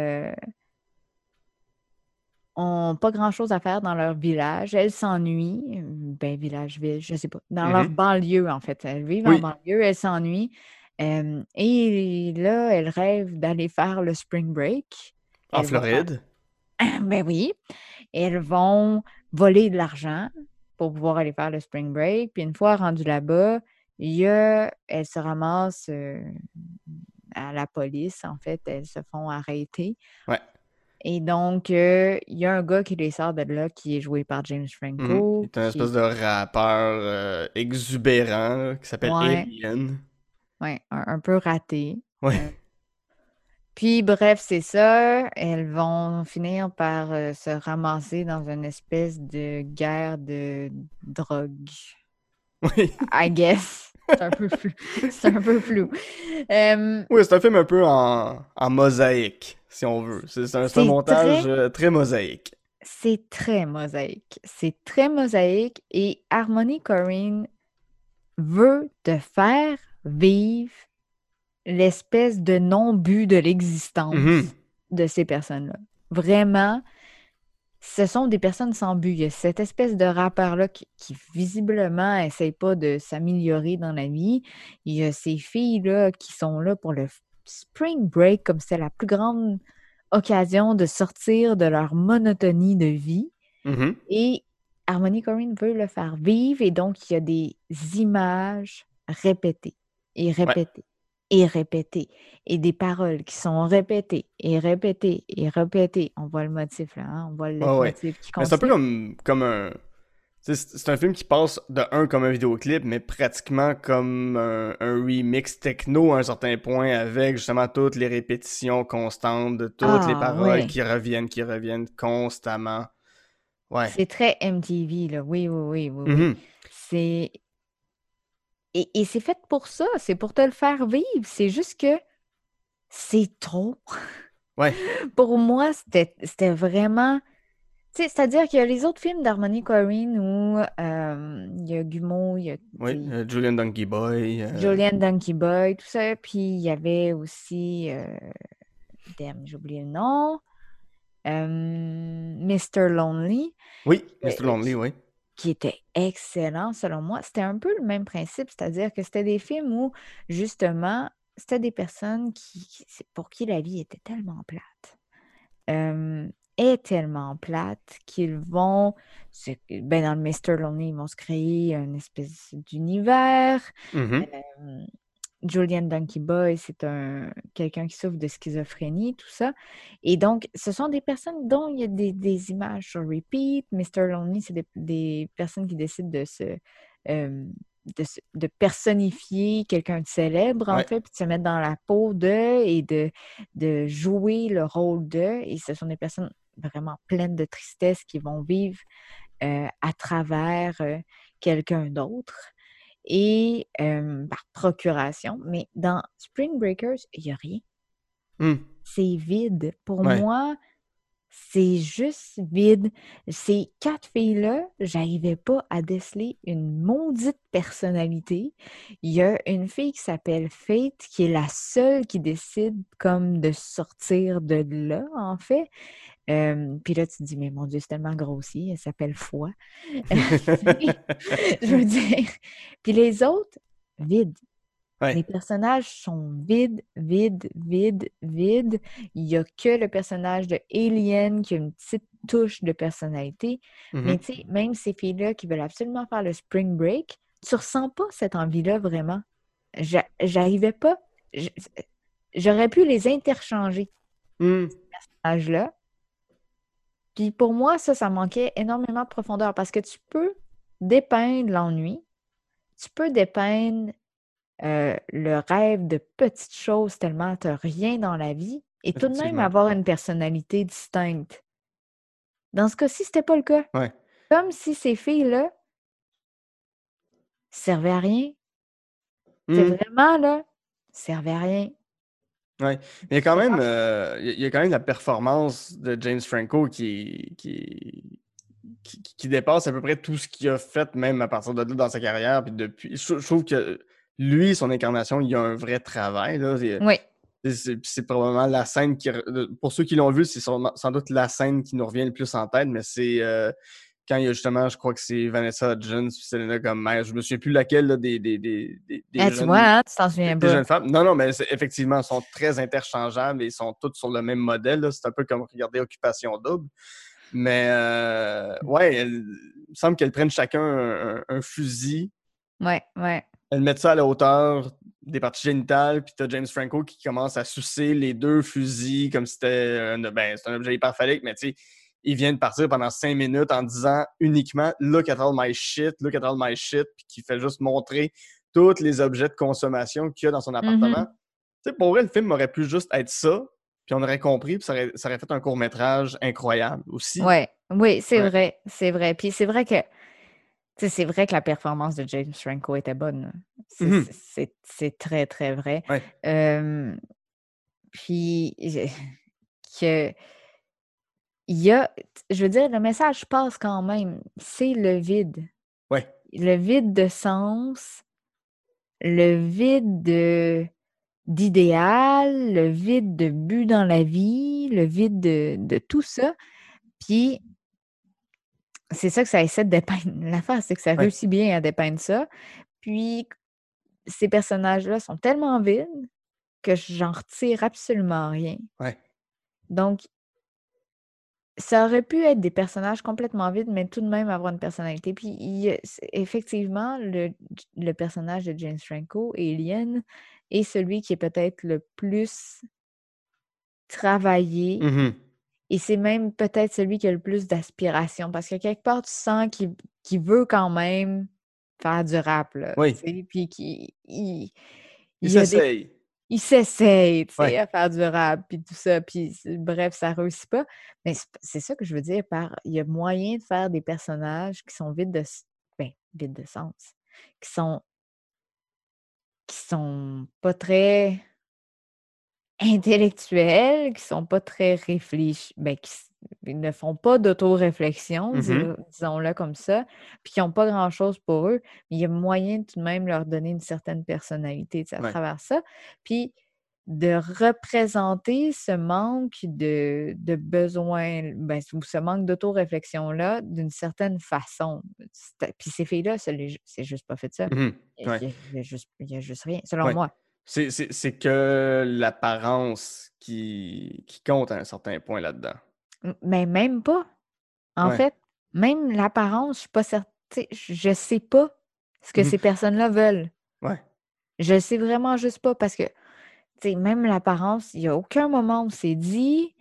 ont pas grand-chose à faire dans leur village. Elles s'ennuient. Ben, village-ville, je sais pas. Dans leur banlieue, en fait. Elles vivent en Oui. banlieue, elles s'ennuient. Et là, elles rêvent d'aller faire le Spring Break. En Elles vont faire... Floride? Ben oui. Elles vont voler de l'argent pour pouvoir aller faire le Spring Break. Puis une fois rendues là-bas, elles se ramassent à la police. En fait, elles se font arrêter. Ouais. Et donc, il y a un gars qui les sort de là, qui est joué par James Mhm. Il Franco, est un qui espèce est, de rappeur exubérant là, qui s'appelle ouais, Alien. ouais, un peu raté. Ouais. Euh, Puis, bref, c'est ça. Elles vont finir par se ramasser dans une espèce de guerre de drogue. Oui. I guess. C'est un peu flou. C'est un peu flou. Euh, Oui, c'est un film un peu en mosaïque, si on veut. C'est un c'est montage très, très mosaïque. c'est très mosaïque. C'est très mosaïque et Harmony Korine veut te faire vivre l'espèce de non-but de Mhm. l'existence de ces personnes-là. Vraiment, ce sont des personnes sans but. Il y a cette espèce de rappeur-là qui visiblement essaye pas de s'améliorer dans la vie. Il y a ces filles-là qui sont là pour le spring break, comme c'est la plus grande occasion de sortir de leur monotonie de vie. Mhm. Et Harmony Korine veut le faire vivre, et donc il y a des images répétées et Ouais. répétées et répétées, et des paroles qui sont répétées et répétées et répétées. On voit le motif là, hein? On voit le Ouais, ouais. leitmotiv qui Mais c'est un peu continue. comme un. Tu sais, c'est un film qui passe de un comme un vidéoclip, mais pratiquement comme un remix techno à un certain point, avec justement toutes les répétitions constantes de toutes les Ah paroles ouais, qui reviennent constamment. Ouais. c'est très MTV là. Oui, oui, oui, oui, oui. Mhm. C'est et c'est fait pour ça, c'est pour te le faire vivre. C'est juste que c'est trop. Ouais. Pour moi, c'était vraiment. Tu sais, c'est-à-dire qu'il y a les autres films d'Harmony Korine où il y a Gumeau, il y a tu Oui. sais, Julian Donkey Boy. Jolene Donkey Boy, tout ça. Puis il y avait aussi, damn, j'ai oublié le nom, Mr. Lonely, Oui, euh, Mr. Lonely, qui, oui. qui était excellent selon moi. C'était un peu le même principe, c'est-à-dire que c'était des films où, justement, c'était des personnes pour qui la vie était tellement plate. euh, est tellement plate qu'ils vont, ben dans le Mr. Lonely, ils vont se créer une espèce d'univers. Mhm. Euh, Julian Donkey Boy, c'est quelqu'un qui souffre de schizophrénie, tout ça. Et donc, ce sont des personnes dont il y a des images sur repeat. Mr. Lonely, c'est des personnes qui décident euh, de personnifier quelqu'un de célèbre, en Ouais. fait, puis de se mettre dans la peau d'eux et de jouer le rôle d'eux. Et ce sont des personnes vraiment pleines de tristesse qui vont vivre à travers quelqu'un d'autre et par procuration. Mais dans Spring Breakers, il n'y a rien. Hmm. C'est vide. Pour Ouais. moi, c'est juste vide. Ces quatre filles-là, j'arrivais pas à déceler une maudite personnalité. Il y a une fille qui s'appelle Faith, qui est la seule qui décide comme de sortir de là, en fait. Puis là, tu te dis, mais mon Dieu, c'est tellement grossi, elle s'appelle Foi. Je veux dire. Puis les autres, vides. Les Ouais. personnages sont vides, vides, vides, vides. Il n'y a que le personnage de Alien qui a une petite touche de personnalité. Mais Mhm. tu sais, même ces filles-là qui veulent absolument faire le spring break, tu ressens pas cette envie-là vraiment. J'arrivais pas. je- J'aurais pu les interchanger, Hmm. âge-là. Puis pour moi, ça manquait énormément de profondeur parce que tu peux dépeindre l'ennui, tu peux dépeindre le rêve de petites choses tellement tu n'as rien dans la vie et tout de même Effectivement. avoir une personnalité distincte. Dans ce cas-ci, c'était pas le cas. Ouais. Comme si ces filles-là servaient à rien. C'est Hmm. vraiment là, servaient à rien. Ouais. Mais il y a quand C'était même, pas. il y a quand même la performance de James Franco qui dépasse à peu près tout ce qu'il a fait, même à partir de là dans sa carrière. Puis depuis, je trouve que lui, son incarnation, il y a un vrai travail. Là. Oui, C'est probablement la scène pour ceux qui l'ont vu, c'est sans doute la scène qui nous revient le plus en tête, mais c'est quand il y a justement, je crois que c'est Vanessa Hudgens, puis Selena Gomez, je me souviens plus laquelle là, des tu vois, jeunes hein, tu t'en souviens des pas. jeunes femmes. Non, non, mais effectivement, elles sont très interchangeables et ils sont toutes sur le même modèle. Là. C'est un peu comme regarder Occupation Double. Mais ouais, il me semble qu'elles prennent chacun un fusil, Ouais, ouais. elles mettent ça à la hauteur des parties génitales, puis t'as James Franco qui commence à sucer les 2 fusils comme si c'était c'est un objet hyper phallique, mais tu sais, il vient de partir pendant 5 minutes en disant uniquement look at all my shit, puis qui fait juste montrer tous les objets de consommation qu'il y a dans son appartement. Tu sais, pour vrai, le film aurait pu juste être ça, puis on aurait compris, puis ça aurait fait un court-métrage incroyable aussi. Ouais, oui, c'est Ouais. vrai, c'est vrai. Puis c'est vrai que, tu sais, c'est vrai que la performance de James Franco était bonne, là. Mhm. C'est très, très vrai. Ouais. Puis que il y a, je veux dire, le message passe quand même. C'est le vide. Ouais. Le vide de sens, le vide d'idéal, le vide de but dans la vie, le vide de tout ça. Puis c'est ça que ça essaie de dépeindre. L'affaire, c'est que ça Ouais. réussit bien à dépeindre ça. Puis ces personnages-là sont tellement vides que j'en retire absolument rien. Ouais. Donc, ça aurait pu être des personnages complètement vides, mais tout de même avoir une personnalité. Puis, effectivement, le personnage de James Franco, Alien, est celui qui est peut-être le plus travaillé. Mhm. Et c'est même peut-être celui qui a le plus d'aspiration. Parce que quelque part, tu sens qu'il veut quand même faire du rap, là, tu Oui. sais. Puis il Il y a des s'essaye. il s'essaye, tu sais, Ouais. à faire du rap, puis tout ça, puis bref, ça réussit pas. Mais c'est ça que je veux dire par il y a moyen de faire des personnages qui sont vides de sens, qui sont pas très intellectuels, qui sont pas très réfléchis, ils ne font pas d'autoréflexion, Mhm. disons-le comme ça, puis qui ont pas grand-chose pour eux, mais il y a moyen de tout de même leur donner une certaine personnalité, tu sais, à Ouais. travers ça. Puis de représenter ce manque de besoin, ou ce manque d'autoréflexion-là d'une certaine façon. Puis ces filles-là, c'est juste pas fait ça. Mhm. Il Ouais. y a il y a juste rien, selon Ouais. moi. C'est que l'apparence qui compte à un certain point là-dedans. Mais même pas. En Ouais. fait, même l'apparence, je suis pas certaine, je sais pas ce que Mhm. ces personnes-là veulent. Ouais. Je sais vraiment juste pas parce que, tu sais, même l'apparence, il y a aucun moment où c'est dit,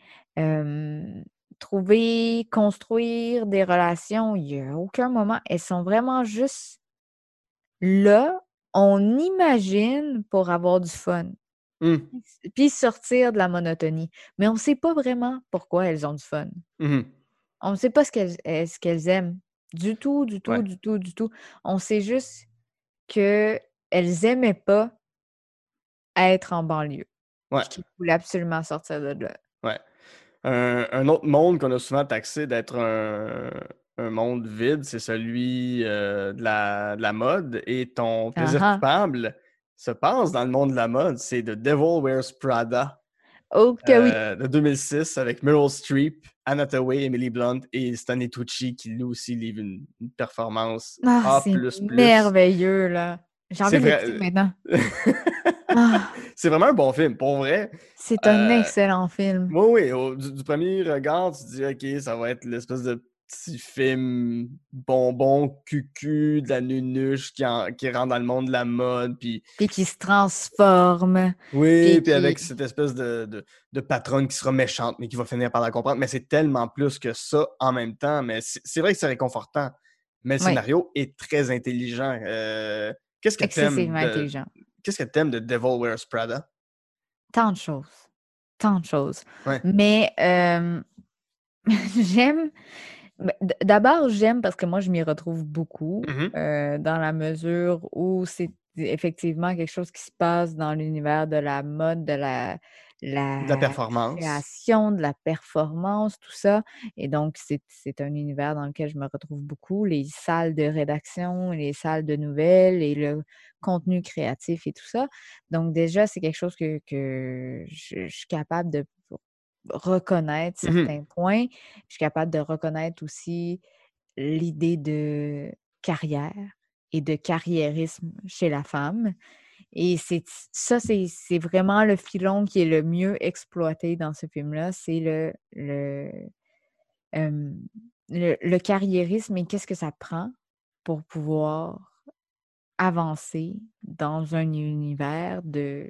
trouver, construire des relations, il y a aucun moment. Elles sont vraiment juste là, on imagine pour avoir du fun, Mhm. puis sortir de la monotonie. Mais on sait pas vraiment pourquoi elles ont du fun. Mhm. On ne sait pas ce qu'elles aiment. Du tout, du tout, Ouais. du tout, du tout. On sait juste qu'elles aimaient pas être en banlieue, Ouais. puis qu'ils voulaient absolument sortir de là. Ouais. Un autre monde qu'on a souvent taxé d'être un monde vide, c'est celui de la mode. Et ton Ah plaisir ah! coupable se passe dans le monde de la mode. C'est The Devil Wears Prada Oh que oui! de 2006 avec Meryl Streep, Anna Hathaway, Emily Blunt et Stanley Tucci qui lui aussi livre une performance Ah, A++. c'est merveilleux, là. J'ai C'est envie de vrai. l'écouter maintenant. Ah! C'est vraiment un bon film, pour vrai. C'est un Euh, excellent film. Oui, oui, du premier regard, tu te dis, OK, ça va être l'espèce de petit film bonbon, cucu, de la nunuche qui rentre dans le monde de la mode, puis Puis qui se transforme, oui, puis puis avec qui cette espèce de patronne qui sera méchante, mais qui va finir par la comprendre. Mais c'est tellement plus que ça en même temps. Mais c'est vrai que c'est réconfortant. Mais le oui, scénario est très intelligent. Qu'est-ce que t'aimes excessivement de intelligent. qu'est-ce que t'aimes de Devil Wears Prada? Tant de choses, tant de choses. Ouais. Mais, j'aime. D'abord, j'aime parce que moi, je m'y retrouve beaucoup, Mhm. dans la mesure où c'est effectivement quelque chose qui se passe dans l'univers de la mode, de De la la performance. création, de la performance, tout ça. Et donc, c'est un univers dans lequel je me retrouve beaucoup. Les salles de rédaction, les salles de nouvelles et le contenu créatif et tout ça. Donc, déjà, c'est quelque chose que je suis capable de reconnaître Mhm. certains points. Je suis capable de reconnaître aussi l'idée de carrière et de carriérisme chez la femme. Et c'est vraiment le filon qui est le mieux exploité dans ce film-là, c'est hem, le carriérisme et qu'est-ce que ça prend pour pouvoir avancer dans un univers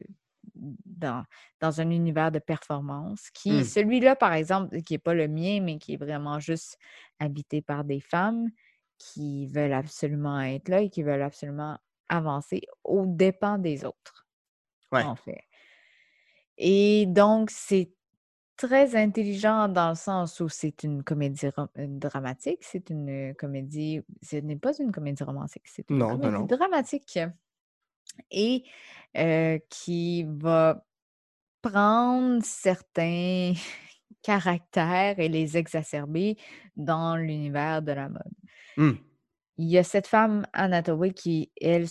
dans un univers de performance qui, celui-là, par exemple, qui n'est pas le mien, mais qui est vraiment juste habité par des femmes qui veulent absolument être là et qui veulent absolument avancer aux dépens des autres, Ouais. en fait. Et donc, c'est très intelligent dans le sens où c'est une comédie dramatique, c'est une comédie, ce n'est pas une comédie romantique, c'est une Non, non, comédie non. dramatique et qui va prendre certains caractères et les exacerber dans l'univers de la mode. Hmm. Il y a cette femme, Anne Hathaway, qui, elle,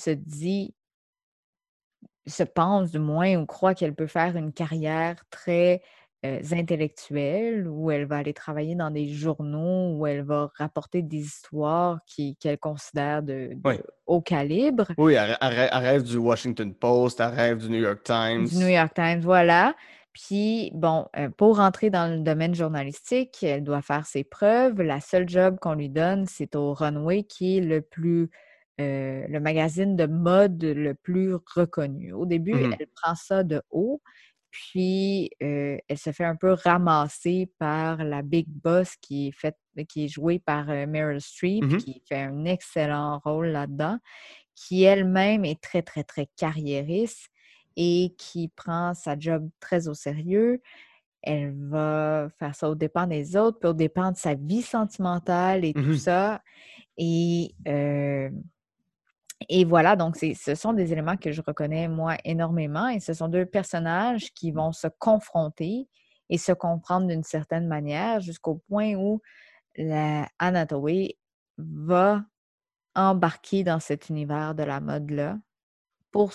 se pense du moins ou croit qu'elle peut faire une carrière très intellectuelle, où elle va aller travailler dans des journaux, où elle va rapporter des histoires qu'elle considère de Oui. haut calibre. Oui, elle rêve du Washington Post, elle rêve du New York Times. Du New York Times, voilà. Puis, bon, pour rentrer dans le domaine journalistique, elle doit faire ses preuves. La seule job qu'on lui donne, c'est au Runway, qui est le magazine de mode le plus reconnu. Au début, elle prend ça de haut, puis elle se fait un peu ramasser par la Big Boss qui est jouée par Meryl Streep, qui fait un excellent rôle là-dedans, qui elle-même est très, très, très carriériste et qui prend sa job très au sérieux. Elle va faire ça aux dépens des autres, puis aux dépens de sa vie sentimentale et tout ça. Et voilà, donc ce sont des éléments que je reconnais, moi, énormément. Et ce sont deux personnages qui vont se confronter et se comprendre d'une certaine manière jusqu'au point où Anne Hathaway va embarquer dans cet univers de la mode-là pour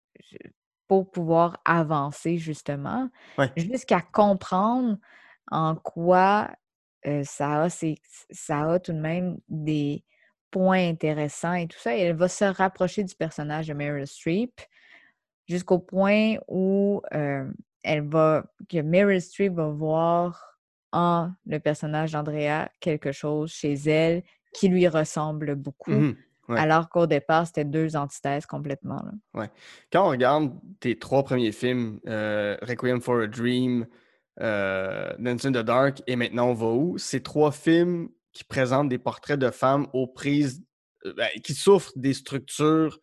pouvoir avancer justement, Ouais. jusqu'à comprendre en quoi ça a tout de même des points intéressants et tout ça. Et elle va se rapprocher du personnage de Meryl Streep jusqu'au point où que Meryl Streep va voir en le personnage d'Andrea quelque chose chez elle qui lui ressemble beaucoup. Ouais. Alors qu'au départ, c'était deux antithèses complètement. Là. Ouais. Quand on regarde tes trois premiers films, Requiem for a Dream, Dance in the Dark et maintenant On va où, c'est trois films qui présentent des portraits de femmes aux prises, qui souffrent des structures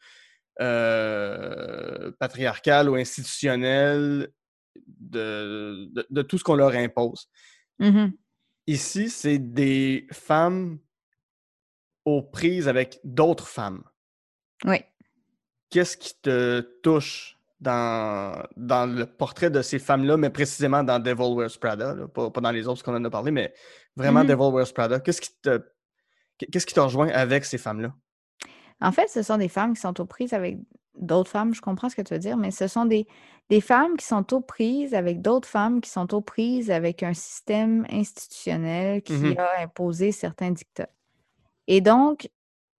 patriarcales ou institutionnelles de tout ce qu'on leur impose. Ici, c'est des femmes aux prises avec d'autres femmes. Oui. Qu'est-ce qui te touche dans le portrait de ces femmes-là, mais précisément dans Devil Wears Prada, là, pas dans les autres parce qu'on en a parlé, mais vraiment Devil Wears Prada. Qu'est-ce qui te rejoint avec ces femmes-là? En fait, ce sont des femmes qui sont aux prises avec d'autres femmes, je comprends ce que tu veux dire, mais ce sont des femmes qui sont aux prises avec d'autres femmes qui sont aux prises avec un système institutionnel qui a imposé certains dictats. Et donc,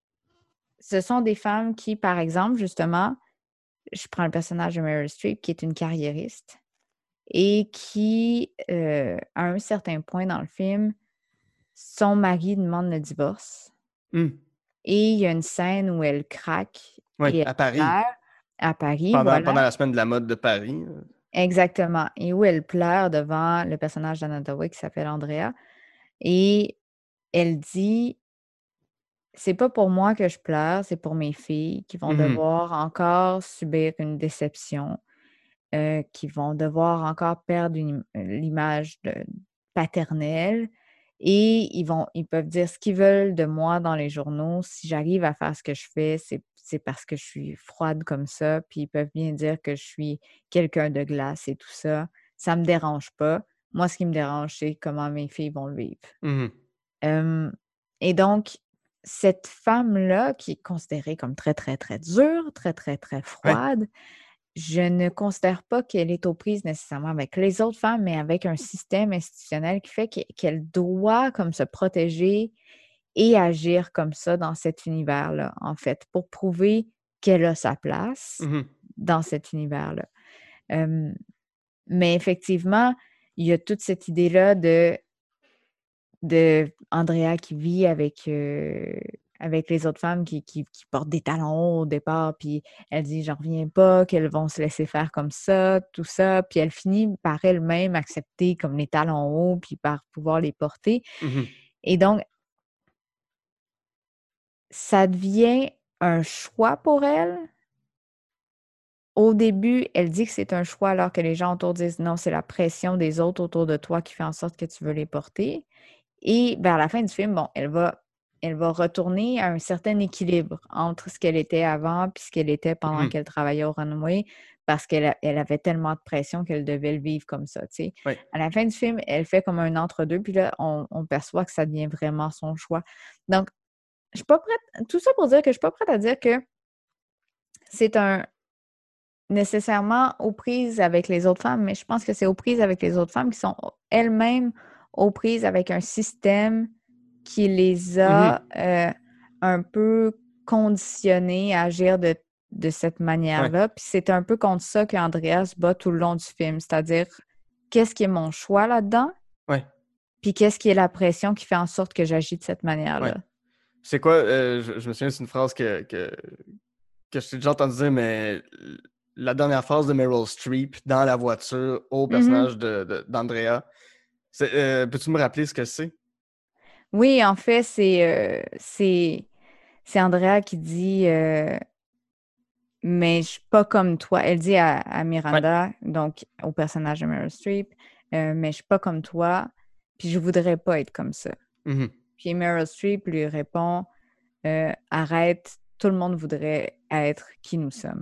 ce sont des femmes qui, par exemple, justement, je prends le personnage de Meryl Streep, qui est une carriériste et qui, à un certain point dans le film, son mari demande le divorce. Et il y a une scène où elle craque et elle à Paris. pleure. À Paris, Pendant voilà. la semaine de la mode de Paris. Exactement. Et où elle pleure devant le personnage d'Anne Hathaway qui s'appelle Andrea. Et elle dit, c'est pas pour moi que je pleure, c'est pour mes filles qui vont devoir encore subir une déception, qui vont devoir encore perdre l'image paternelle. Et ils peuvent dire ce qu'ils veulent de moi dans les journaux. Si j'arrive à faire ce que je fais, c'est parce que je suis froide comme ça. Puis ils peuvent bien dire que je suis quelqu'un de glace et tout ça. Ça me dérange pas. Moi, ce qui me dérange, c'est comment mes filles vont le vivre. Et donc, cette femme-là, qui est considérée comme très, très, très dure, très, très, très froide, je ne considère pas qu'elle est aux prises nécessairement avec les autres femmes, mais avec un système institutionnel qui fait qu'elle doit comme se protéger et agir comme ça dans cet univers-là, en fait, pour prouver qu'elle a sa place dans cet univers-là. Mais effectivement, il y a toute cette idée-là de Andrea qui vit avec avec les autres femmes qui portent des talons hauts au départ, puis elle dit « j'en reviens pas », qu'elles vont se laisser faire comme ça, tout ça, puis elle finit par elle-même accepter comme les talons hauts, puis par pouvoir les porter. Et donc, ça devient un choix pour elle. Au début, elle dit que c'est un choix alors que les gens autour disent non, c'est la pression des autres autour de toi qui fait en sorte que tu veux les porter. Et vers la fin du film, bon, elle va retourner à un certain équilibre entre ce qu'elle était avant puis ce qu'elle était pendant qu'elle travaillait au Runway parce qu'elle avait tellement de pression qu'elle devait le vivre comme ça, tu sais. Oui. À la fin du film, elle fait comme un entre-deux, puis là, on perçoit que ça devient vraiment son choix. Donc, je suis pas prête... Tout ça pour dire que je suis pas prête à dire que c'est nécessairement aux prises avec les autres femmes, mais je pense que c'est aux prises avec les autres femmes qui sont elles-mêmes aux prises avec un système qui les a un peu conditionnées à agir de cette manière-là. Puis c'est un peu contre ça qu'Andrea se bat tout le long du film, c'est-à-dire qu'est-ce qui est mon choix là-dedans? Puis qu'est-ce qui est la pression qui fait en sorte que j'agis de cette manière-là? C'est quoi, je me souviens, c'est une phrase que je t'ai déjà entendu dire, mais la dernière phrase de Meryl Streep dans la voiture au personnage d'Andrea. Peux-tu me rappeler ce que c'est? Oui, en fait, c'est Andrea qui dit mais je suis pas comme toi. Elle dit à Miranda, donc au personnage de Meryl Streep, mais je suis pas comme toi, puis je voudrais pas être comme ça. Puis Meryl Streep lui répond arrête, tout le monde voudrait être qui nous sommes.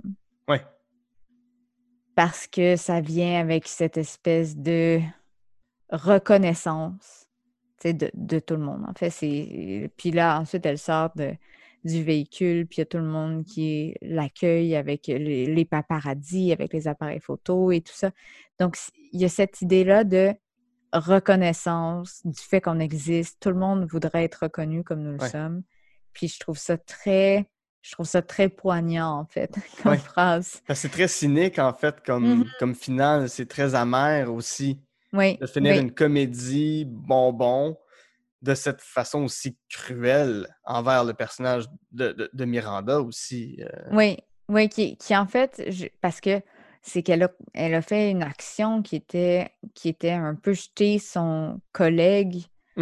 Parce que ça vient avec cette espèce de reconnaissance de tout le monde. En fait, puis là, ensuite, elle sort du véhicule, puis il y a tout le monde qui l'accueille avec les paparazzis, avec les appareils photo et tout ça. Donc, il y a cette idée-là de reconnaissance du fait qu'on existe. Tout le monde voudrait être reconnu comme nous le sommes. Puis je trouve ça très poignant, en fait, comme phrase. C'est très cynique, en fait, comme finale. C'est très amer aussi. De finir une comédie bonbon de cette façon aussi cruelle envers le personnage de Miranda aussi. Oui, qui en fait, parce que c'est qu'elle a fait une action qui était un peu jeter son collègue,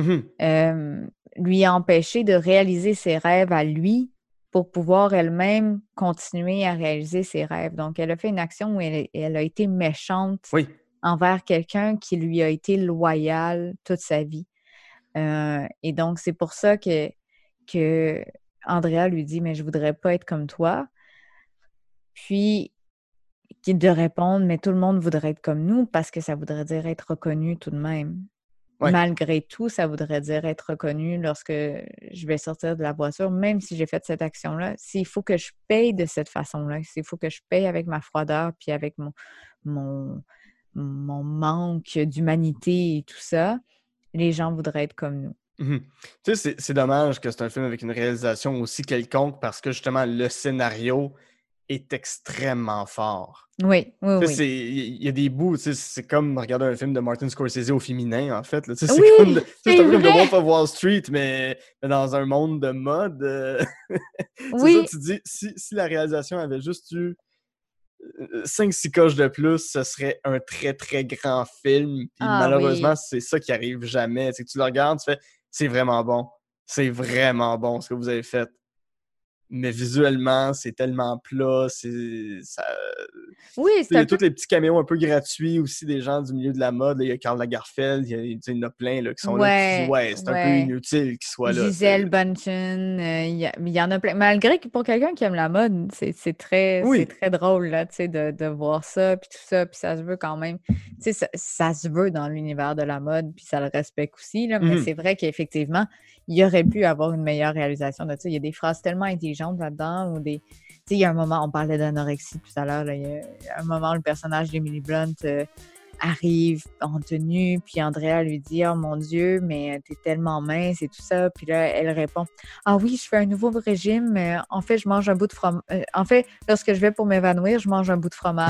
lui empêcher de réaliser ses rêves à lui pour pouvoir elle-même continuer à réaliser ses rêves. Donc, elle a fait une action où elle a été méchante envers quelqu'un qui lui a été loyal toute sa vie. Et donc, c'est pour ça que Andrea lui dit « Mais je voudrais pas être comme toi. » Puis, de répondre « Mais tout le monde voudrait être comme nous parce que ça voudrait dire être reconnu tout de même. » Malgré tout, ça voudrait dire être reconnu lorsque je vais sortir de la voiture, même si j'ai fait cette action-là. S'il faut que je paye de cette façon-là, s'il faut que je paye avec ma froideur puis avec mon manque d'humanité et tout ça, les gens voudraient être comme nous. Tu sais, c'est dommage que c'est un film avec une réalisation aussi quelconque parce que justement, le scénario est extrêmement fort. Oui. Il y a des bouts, c'est comme regarder un film de Martin Scorsese au féminin, en fait. C'est oui, comme c'est un peu comme The Wolf of Wall Street, mais dans un monde de mode. C'est ça, tu dis, si la réalisation avait juste eu 5-6 coches de plus, ce serait un très, très grand film. Puis malheureusement, c'est ça qui arrive jamais. C'est que tu le regardes, tu fais « C'est vraiment bon. C'est vraiment bon ce que vous avez fait. » Mais visuellement, c'est tellement plat, il y a tous les petits caméos un peu gratuits aussi des gens du milieu de la mode. Là, il y a Karl Lagerfeld, il y en a plein là, qui sont là. C'est un peu inutile qu'ils soient là. Gisèle Bündchen, il y en a plein. Malgré que pour quelqu'un qui aime la mode, c'est très drôle là, de voir ça, puis tout ça, puis ça se veut quand même. Ça se veut dans l'univers de la mode, puis ça le respecte aussi, là, mais c'est vrai qu'effectivement, il aurait pu avoir une meilleure réalisation de ça. Il y a des phrases tellement intelligentes là-dedans, ou il y a un moment, on parlait d'anorexie tout à l'heure, il y a un moment où le personnage d'Emily Blunt arrive en tenue, puis Andrea lui dit « Oh mon Dieu, mais t'es tellement mince et tout ça. » Puis là, elle répond « Ah oui, je fais un nouveau régime. En fait, je mange un bout de fromage. En fait, lorsque je vais pour m'évanouir, je mange un bout de fromage. »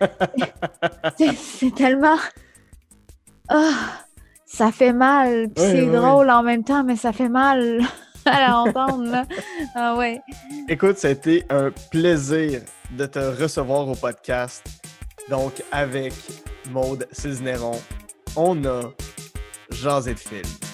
C'est tellement... ça fait mal. Puis c'est drôle en même temps, mais ça fait mal. à l'entendre, là. Ah ouais. Écoute, ça a été un plaisir de te recevoir au podcast. Donc, avec Maude Cisneron, on a jasé de film.